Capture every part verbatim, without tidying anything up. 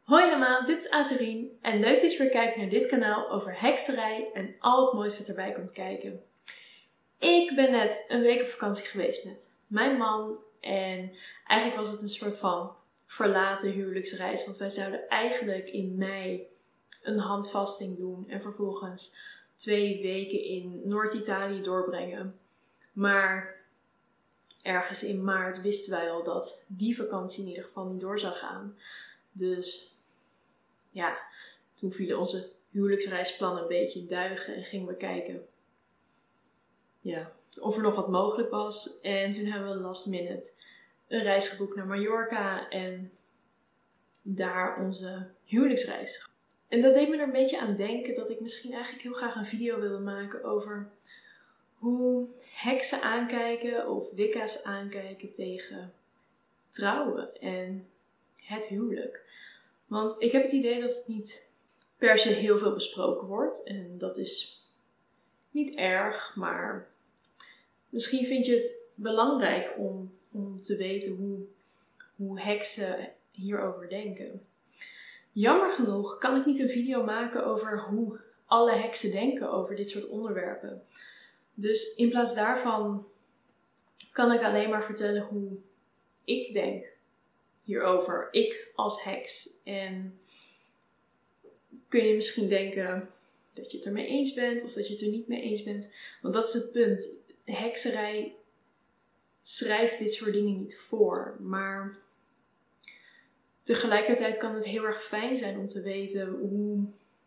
Hoi allemaal, dit is Azurien en leuk dat je weer kijkt naar dit kanaal over hekserij en al het mooiste dat erbij komt kijken. Ik ben net een week op vakantie geweest met mijn man en eigenlijk was het een soort van verlaten huwelijksreis, want wij zouden eigenlijk in mei een handvasting doen en vervolgens twee weken in Noord-Italië doorbrengen. Maar ergens in maart wisten wij al dat die vakantie in ieder geval niet door zou gaan. Dus ja, toen vielen onze huwelijksreisplannen een beetje in duigen en gingen we kijken ja, of er nog wat mogelijk was. En toen hebben we last minute een reis geboekt naar Mallorca en daar onze huwelijksreis. En dat deed me er een beetje aan denken dat ik misschien eigenlijk heel graag een video wilde maken over hoe heksen aankijken of wicca's aankijken tegen trouwen en het huwelijk. Want ik heb het idee dat het niet per se heel veel besproken wordt. En dat is niet erg, maar misschien vind je het belangrijk om, om te weten hoe, hoe heksen hierover denken. Jammer genoeg kan ik niet een video maken over hoe alle heksen denken over dit soort onderwerpen. Dus in plaats daarvan kan ik alleen maar vertellen hoe ik denk hierover. Ik als heks. En kun je misschien denken dat je het ermee eens bent of dat je het er niet mee eens bent. Want dat is het punt. Hekserij schrijft dit soort dingen niet voor. Maar tegelijkertijd kan het heel erg fijn zijn om te weten hoe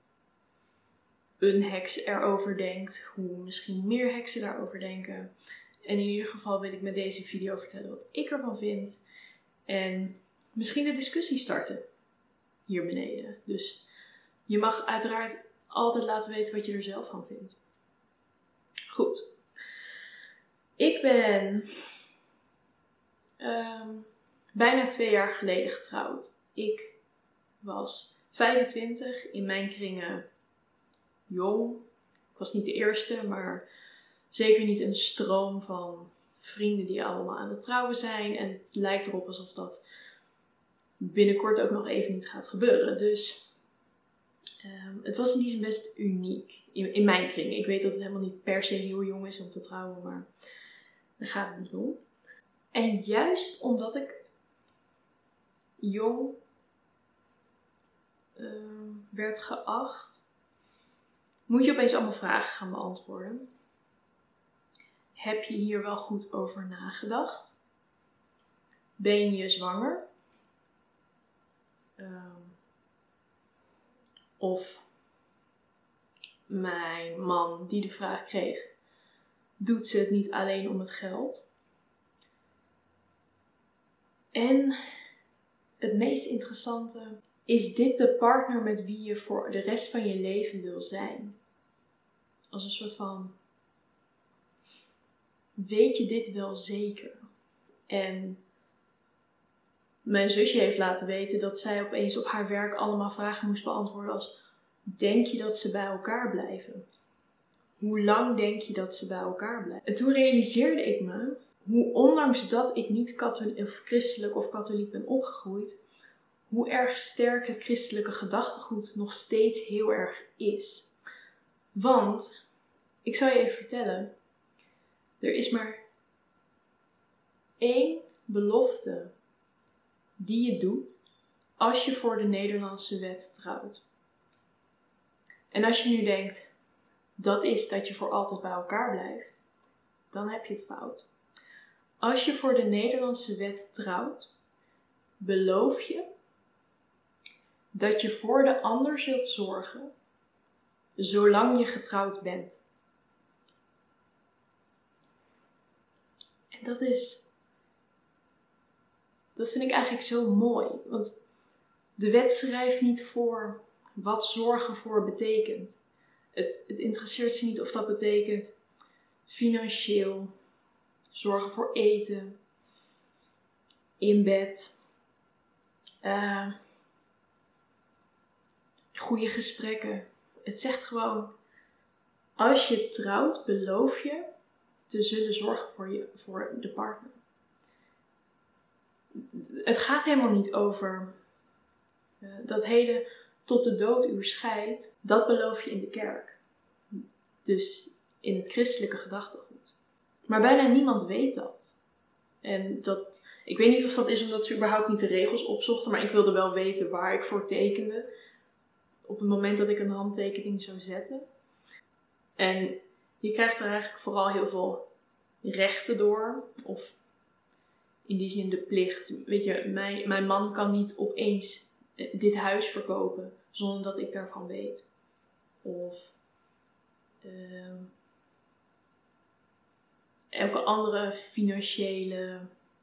een heks erover denkt. Hoe misschien meer heksen daarover denken. En in ieder geval wil ik met deze video vertellen wat ik ervan vind. En misschien een discussie starten hier beneden. Dus je mag uiteraard altijd laten weten wat je er zelf van vindt. Goed. Ik ben um, bijna twee jaar geleden getrouwd. Ik was vijfentwintig, in mijn kringen jong. Ik was niet de eerste, maar zeker niet een stroom van vrienden die allemaal aan het trouwen zijn. En het lijkt erop alsof dat binnenkort ook nog even niet gaat gebeuren. Dus um, het was in die zin best uniek. In, in mijn kring. Ik weet dat het helemaal niet per se heel jong is om te trouwen. Maar daar gaat het niet om. En juist omdat ik jong um, werd geacht, moet je opeens allemaal vragen gaan beantwoorden. Heb je hier wel goed over nagedacht? Ben je zwanger? Um, of mijn man die de vraag kreeg, doet ze het niet alleen om het geld? En het meest interessante, is dit de partner met wie je voor de rest van je leven wil zijn? Als een soort van, weet je dit wel zeker? En mijn zusje heeft laten weten dat zij opeens op haar werk allemaal vragen moest beantwoorden als: denk je dat ze bij elkaar blijven? Hoe lang denk je dat ze bij elkaar blijven? En toen realiseerde ik me hoe, ondanks dat ik niet katholiek of christelijk of katholiek ben opgegroeid, hoe erg sterk het christelijke gedachtegoed nog steeds heel erg is. Want, ik zal je even vertellen, er is maar één belofte die je doet als je voor de Nederlandse wet trouwt. En als je nu denkt, dat is dat je voor altijd bij elkaar blijft, dan heb je het fout. Als je voor de Nederlandse wet trouwt, beloof je dat je voor de ander zult zorgen, zolang je getrouwd bent. En dat is, dat vind ik eigenlijk zo mooi, want de wet schrijft niet voor wat zorgen voor betekent. Het, het interesseert ze niet of dat betekent financieel, zorgen voor eten, in bed, uh, goede gesprekken. Het zegt gewoon, als je trouwt, beloof je te zullen zorgen voor, je, voor de partner. Het gaat helemaal niet over Uh, dat hele tot de dood uur scheidt, dat beloof je in de kerk. Dus in het christelijke gedachtegoed. Maar bijna niemand weet dat. En dat, ik weet niet of dat is omdat ze überhaupt niet de regels opzochten, maar ik wilde wel weten waar ik voor tekende. Op het moment dat ik een handtekening zou zetten. En je krijgt er eigenlijk vooral heel veel rechten door. Of in die zin de plicht. Weet je, mijn, mijn man kan niet opeens dit huis verkopen zonder dat ik daarvan weet. Of uh, elke andere financiële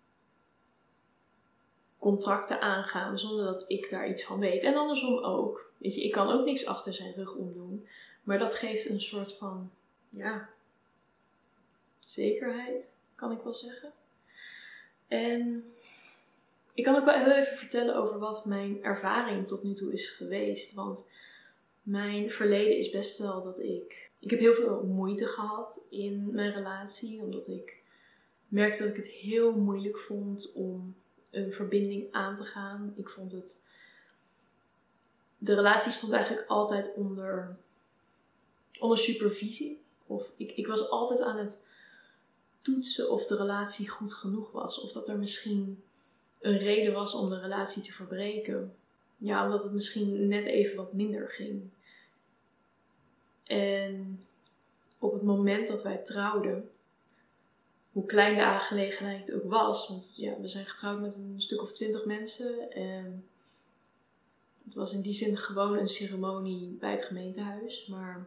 contracten aangaan zonder dat ik daar iets van weet. En andersom ook. Weet je, ik kan ook niks achter zijn rug omdoen. Maar dat geeft een soort van, ja, zekerheid, kan ik wel zeggen. En ik kan ook wel heel even vertellen over wat mijn ervaring tot nu toe is geweest. Want mijn verleden is best wel dat ik... Ik heb heel veel moeite gehad in mijn relatie. Omdat ik merkte dat ik het heel moeilijk vond om een verbinding aan te gaan. Ik vond het... De relatie stond eigenlijk altijd onder, onder supervisie. Of ik, ik was altijd aan het toetsen of de relatie goed genoeg was. Of dat er misschien een reden was om de relatie te verbreken. Ja, omdat het misschien net even wat minder ging. En op het moment dat wij trouwden, hoe klein de aangelegenheid ook was. Want ja, we zijn getrouwd met een stuk of twintig mensen. En het was in die zin gewoon een ceremonie bij het gemeentehuis. Maar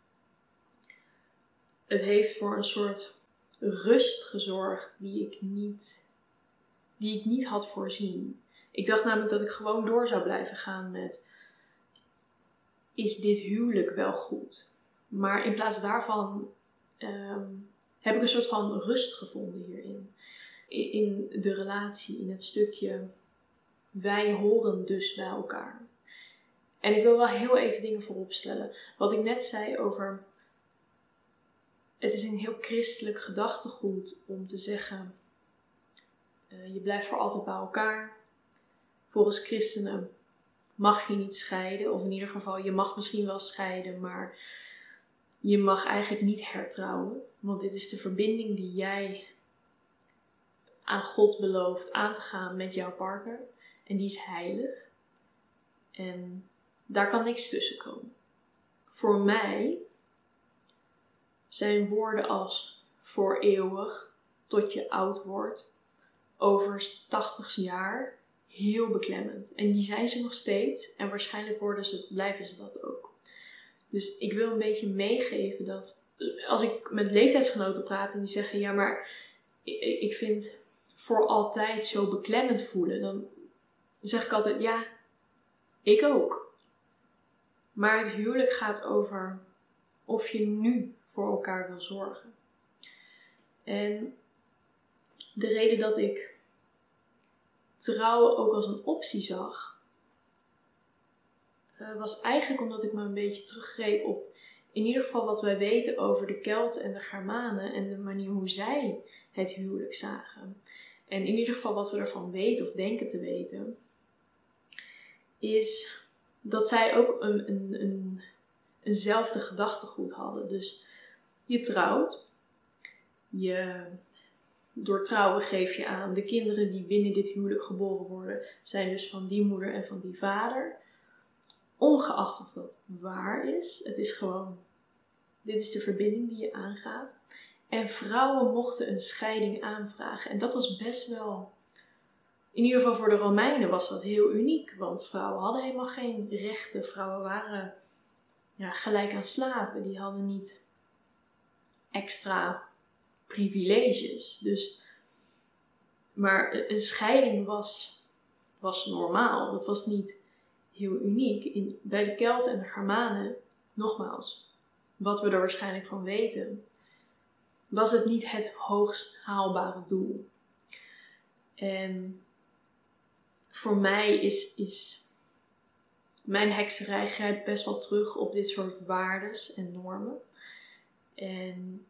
het heeft voor een soort rust gezorgd die ik niet, die ik niet had voorzien. Ik dacht namelijk dat ik gewoon door zou blijven gaan met: is dit huwelijk wel goed? Maar in plaats daarvan um, heb ik een soort van rust gevonden hierin. In, in de relatie, in het stukje wij horen dus bij elkaar. En ik wil wel heel even dingen voorop stellen. Wat ik net zei over... Het is een heel christelijk gedachtegoed om te zeggen... Uh, je blijft voor altijd bij elkaar. Volgens christenen mag je niet scheiden. Of in ieder geval, je mag misschien wel scheiden, maar je mag eigenlijk niet hertrouwen. Want dit is de verbinding die jij aan God belooft aan te gaan met jouw partner. En die is heilig. En daar kan niks tussen komen. Voor mij zijn woorden als voor eeuwig, tot je oud wordt, over tachtig jaar heel beklemmend. En die zijn ze nog steeds. En waarschijnlijk worden ze, blijven ze dat ook. Dus ik wil een beetje meegeven dat... Als ik met leeftijdsgenoten praat en die zeggen... Ja, maar ik vind voor altijd zo beklemmend voelen. Dan zeg ik altijd... Ja, ik ook. Maar het huwelijk gaat over of je nu voor elkaar wil zorgen. En de reden dat ik trouwen ook als een optie zag, uh, was eigenlijk omdat ik me een beetje teruggreep op in ieder geval wat wij weten over de Kelten en de Germanen en de manier hoe zij het huwelijk zagen. En in ieder geval wat we ervan weten of denken te weten, is dat zij ook een, een, een, eenzelfde gedachtegoed hadden. Dus je trouwt, je, door trouwen geef je aan, de kinderen die binnen dit huwelijk geboren worden, zijn dus van die moeder en van die vader. Ongeacht of dat waar is, het is gewoon, dit is de verbinding die je aangaat. En vrouwen mochten een scheiding aanvragen. En dat was best wel, in ieder geval voor de Romeinen was dat heel uniek. Want vrouwen hadden helemaal geen rechten. Vrouwen waren ja, gelijk aan slaven. Die hadden niet extra privileges. Dus, maar een scheiding was, was normaal. Dat was niet heel uniek. In, bij de Kelten en de Germanen, nogmaals, wat we er waarschijnlijk van weten, was het niet het hoogst haalbare doel. En voor mij is, is mijn hekserij grijpt best wel terug op dit soort waardes en normen. En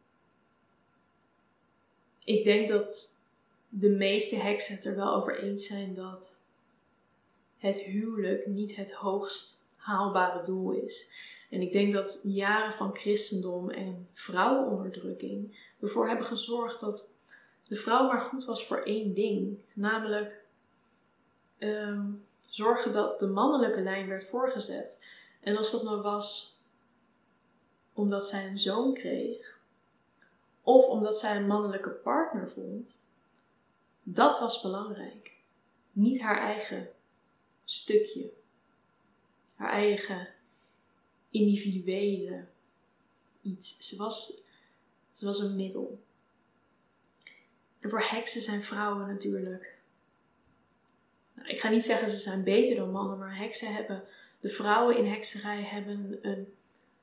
ik denk dat de meeste heksen het er wel over eens zijn dat het huwelijk niet het hoogst haalbare doel is. En ik denk dat jaren van christendom en vrouwenonderdrukking ervoor hebben gezorgd dat de vrouw maar goed was voor één ding. Namelijk um, zorgen dat de mannelijke lijn werd voorgezet. En als dat nou was omdat zij een zoon kreeg, of omdat zij een mannelijke partner vond, dat was belangrijk. Niet haar eigen stukje. Haar eigen individuele iets. Ze was, ze was een middel. En voor heksen zijn vrouwen natuurlijk... Nou, ik ga niet zeggen ze zijn beter dan mannen, maar heksen hebben... De vrouwen in hekserij hebben een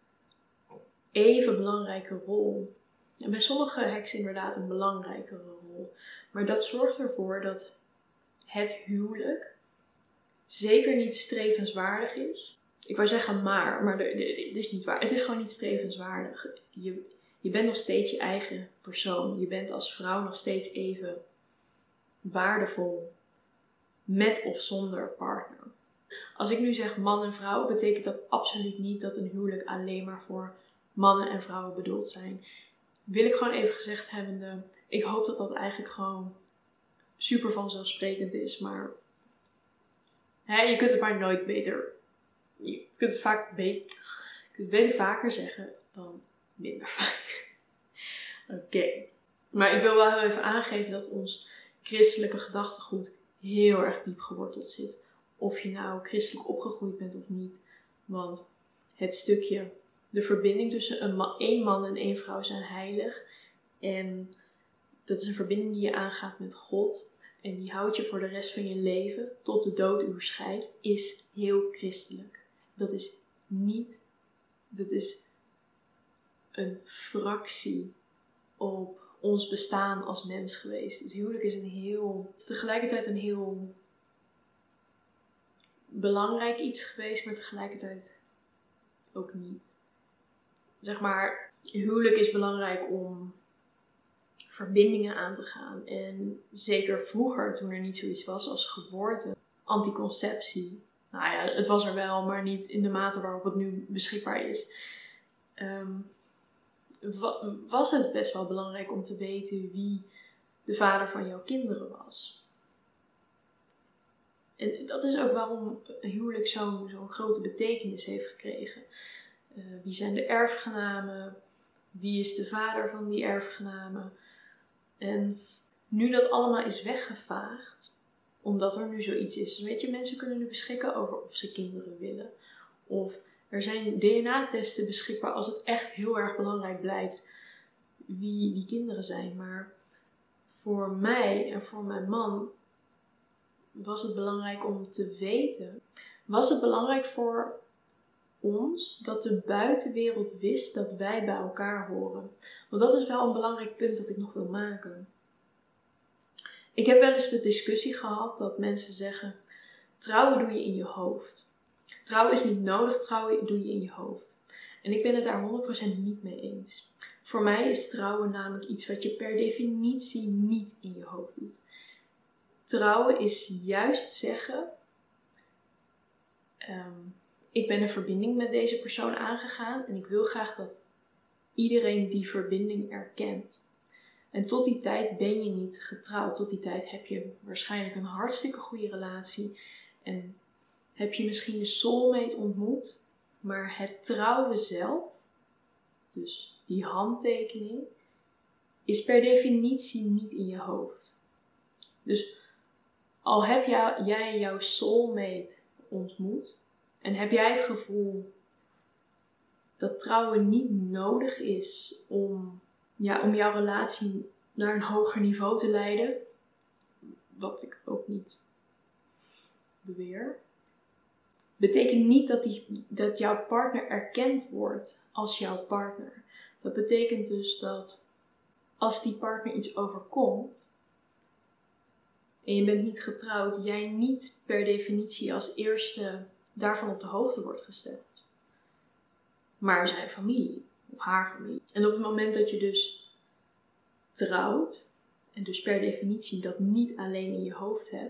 even belangrijke rol. En bij sommige heksen inderdaad een belangrijkere rol. Maar dat zorgt ervoor dat het huwelijk zeker niet strevenswaardig is. Ik wou zeggen maar, maar dit is niet waar. Het is gewoon niet strevenswaardig. Je, je bent nog steeds je eigen persoon. Je bent als vrouw nog steeds even waardevol. Met of zonder partner. Als ik nu zeg man en vrouw, betekent dat absoluut niet dat een huwelijk alleen maar voor mannen en vrouwen bedoeld zijn. Wil ik gewoon even gezegd hebbende, ik hoop dat dat eigenlijk gewoon super vanzelfsprekend is. Maar hè, je kunt het maar nooit beter, je kunt het vaak beter, je kunt het beter vaker zeggen dan minder vaak. Oké. Okay. Maar ik wil wel heel even aangeven dat ons christelijke gedachtegoed heel erg diep geworteld zit. Of je nou christelijk opgegroeid bent of niet. Want het stukje, de verbinding tussen een man, één man en één vrouw zijn heilig. En dat is een verbinding die je aangaat met God. En die houdt je voor de rest van je leven, tot de dood u scheidt, is heel christelijk. Dat is niet, dat is een fractie op ons bestaan als mens geweest. Het huwelijk is een heel, tegelijkertijd een heel belangrijk iets geweest, maar tegelijkertijd ook niet. Zeg maar, huwelijk is belangrijk om verbindingen aan te gaan. En zeker vroeger, toen er niet zoiets was als geboorte, anticonceptie. Nou ja, het was er wel, maar niet in de mate waarop het nu beschikbaar is. Um, was het best wel belangrijk om te weten wie de vader van jouw kinderen was. En dat is ook waarom huwelijk zo'n zo'n grote betekenis heeft gekregen. Uh, wie zijn de erfgenamen? Wie is de vader van die erfgenamen? En nu dat allemaal is weggevaagd, omdat er nu zoiets is. Weet je, mensen kunnen nu beschikken over of ze kinderen willen. Of er zijn D N A-testen beschikbaar als het echt heel erg belangrijk blijkt wie die kinderen zijn. Maar voor mij en voor mijn man was het belangrijk om te weten. Was het belangrijk voor ons dat de buitenwereld wist dat wij bij elkaar horen. Want dat is wel een belangrijk punt dat ik nog wil maken. Ik heb wel eens de discussie gehad dat mensen zeggen, trouwen doe je in je hoofd. Trouwen is niet nodig, trouwen doe je in je hoofd. En ik ben het daar honderd procent niet mee eens. Voor mij is trouwen namelijk iets wat je per definitie niet in je hoofd doet. Trouwen is juist zeggen, um, ik ben een verbinding met deze persoon aangegaan en ik wil graag dat iedereen die verbinding erkent. En tot die tijd ben je niet getrouwd. Tot die tijd heb je waarschijnlijk een hartstikke goede relatie. En heb je misschien je soulmate ontmoet. Maar het trouwen zelf, dus die handtekening, is per definitie niet in je hoofd. Dus al heb jij jouw soulmate ontmoet en heb jij het gevoel dat trouwen niet nodig is om, ja, om jouw relatie naar een hoger niveau te leiden, wat ik ook niet beweer, betekent niet dat, die, dat jouw partner erkend wordt als jouw partner. Dat betekent dus dat als die partner iets overkomt en je bent niet getrouwd, jij niet per definitie als eerste daarvan op de hoogte wordt gesteld. Maar zijn familie of haar familie. En op het moment dat je dus trouwt en dus per definitie dat niet alleen in je hoofd hebt,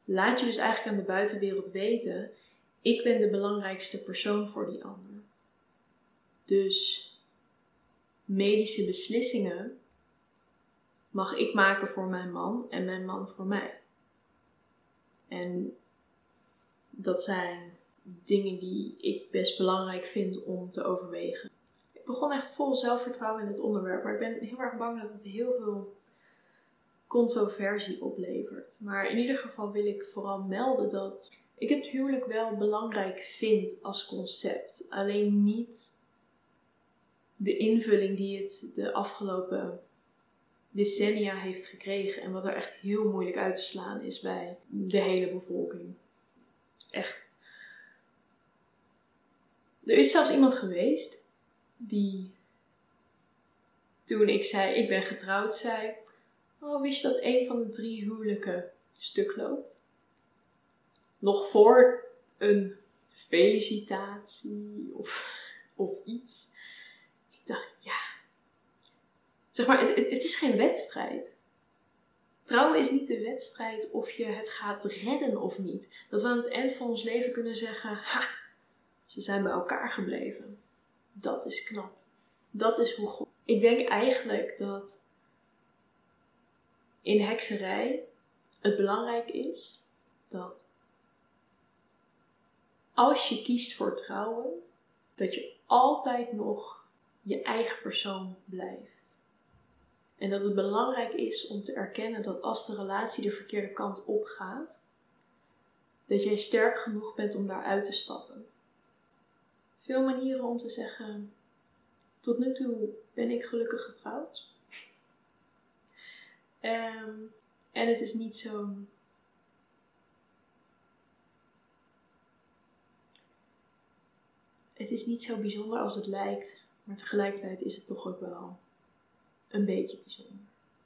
laat je dus eigenlijk aan de buitenwereld weten, ik ben de belangrijkste persoon voor die ander. Dus medische beslissingen mag ik maken voor mijn man en mijn man voor mij. En dat zijn dingen die ik best belangrijk vind om te overwegen. Ik begon echt vol zelfvertrouwen in het onderwerp, maar ik ben heel erg bang dat het heel veel controversie oplevert. Maar in ieder geval wil ik vooral melden dat ik het huwelijk wel belangrijk vind als concept. Alleen niet de invulling die het de afgelopen decennia heeft gekregen. En wat er echt heel moeilijk uit te slaan is bij de hele bevolking. Echt. Er is zelfs iemand geweest die, toen ik zei ik ben getrouwd, zei: oh, wist je dat een van de drie huwelijken stuk loopt? Nog voor een felicitatie of, of iets. Ik dacht, ja. Zeg maar, het, het, het is geen wedstrijd. Trouwen is niet de wedstrijd of je het gaat redden of niet. Dat we aan het eind van ons leven kunnen zeggen, ha, ze zijn bij elkaar gebleven. Dat is knap. Dat is hoe God. Ik denk eigenlijk dat in hekserij het belangrijk is dat als je kiest voor trouwen, dat je altijd nog je eigen persoon blijft. En dat het belangrijk is om te erkennen dat als de relatie de verkeerde kant op gaat, dat jij sterk genoeg bent om daaruit te stappen. Veel manieren om te zeggen, tot nu toe ben ik gelukkig getrouwd. um, en het is niet zo... Het is niet zo bijzonder als het lijkt, maar tegelijkertijd is het toch ook wel een beetje bijzonder.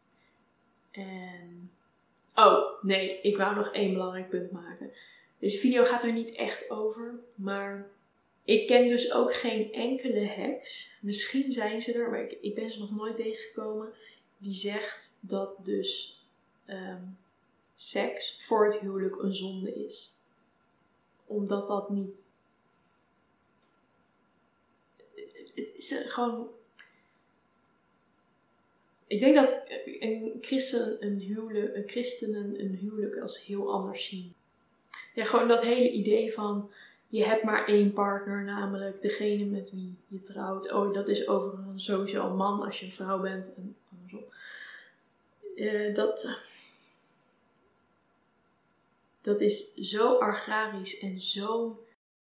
En... Oh, nee, ik wou nog één belangrijk punt maken. Deze video gaat er niet echt over, maar ik ken dus ook geen enkele heks. Misschien zijn ze er, maar ik, ik ben ze nog nooit tegengekomen. Die zegt dat dus um, seks voor het huwelijk een zonde is. Omdat dat niet... Het is gewoon... Ik denk dat een christen een huwelijk, een christenen een huwelijk als heel anders zien. Ja, gewoon dat hele idee van je hebt maar één partner, namelijk degene met wie je trouwt. Oh, dat is overigens sowieso een man als je een vrouw bent en andersom. Uh, dat, dat is zo agrarisch en zo...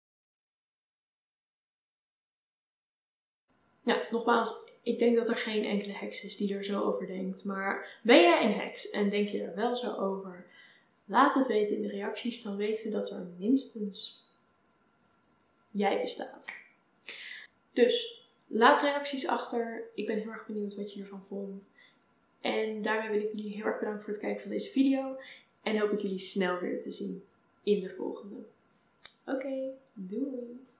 Ja, nogmaals, ik denk dat er geen enkele heks is die er zo over denkt. Maar ben jij een heks en denk je er wel zo over? Laat het weten in de reacties, dan weten we dat er minstens jij bestaat. Dus, laat reacties achter. Ik ben heel erg benieuwd wat je hiervan vond. En daarmee wil ik jullie heel erg bedanken voor het kijken van deze video. En hoop ik jullie snel weer te zien in de volgende. Oké, okay, doei!